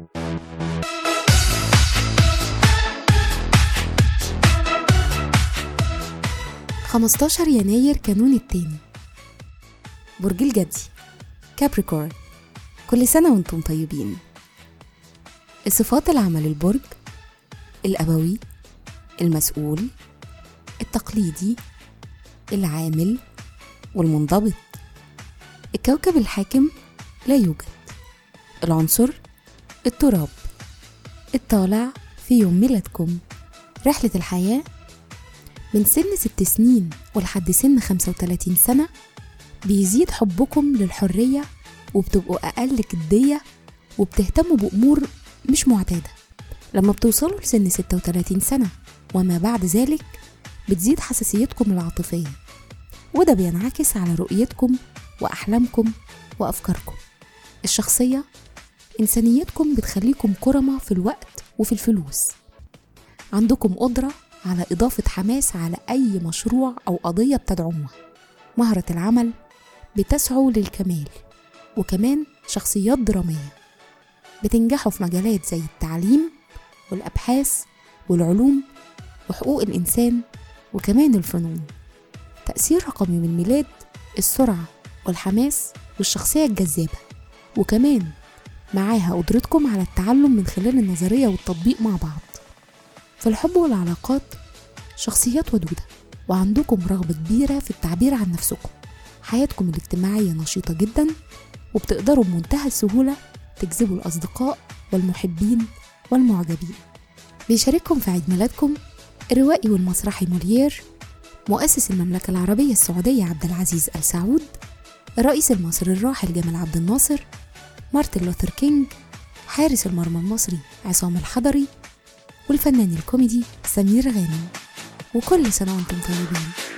15 يناير كانون الثاني، برج الجدي، كابريكورن. كل سنة وانتم طيبين. الصفات العامة للبرج: الأبوي، المسؤول، التقليدي، العامل، والمنضبط. الكوكب الحاكم لا يوجد. العنصر: التراب. الطالع في يوم ميلادكم. رحلة الحياة: من سن 6 سنين ولحد سن 35 سنة بيزيد حبكم للحرية، وبتبقوا أقل جدية وبتهتموا بأمور مش معتادة. لما بتوصلوا لسن 36 سنة وما بعد ذلك بتزيد حساسيتكم العاطفية، وده بينعكس على رؤيتكم وأحلامكم وأفكاركم. الشخصية: إنسانيتكم بتخليكم كرمة في الوقت وفي الفلوس. عندكم قدرة على إضافة حماس على أي مشروع أو قضية بتدعموها. مهرة العمل: بتسعوا للكمال. وكمان شخصيات درامية، بتنجحوا في مجالات زي التعليم والأبحاث والعلوم وحقوق الإنسان وكمان الفنون. تأثير رقم يوم الميلاد: السرعة والحماس والشخصية الجذابة، وكمان معاها قدرتكم على التعلم من خلال النظرية والتطبيق مع بعض. في الحب والعلاقات: شخصيات ودودة وعندكم رغبة كبيرة في التعبير عن نفسكم. حياتكم الاجتماعية نشيطة جدا، وبتقدروا بمنتهى السهولة تجذبوا الأصدقاء والمحبين والمعجبين. بيشارككم في عيد ميلادكم الروائي والمسرحي موليير، مؤسس المملكة العربية السعودية عبد العزيز آل سعود، الرئيس المصري الراحل جمال عبد الناصر، مارتن لوثر كينج، حارس المرمى المصري عصام الحضري، والفنان الكوميدي سمير غانم. وكل سنة وانتم طيبين.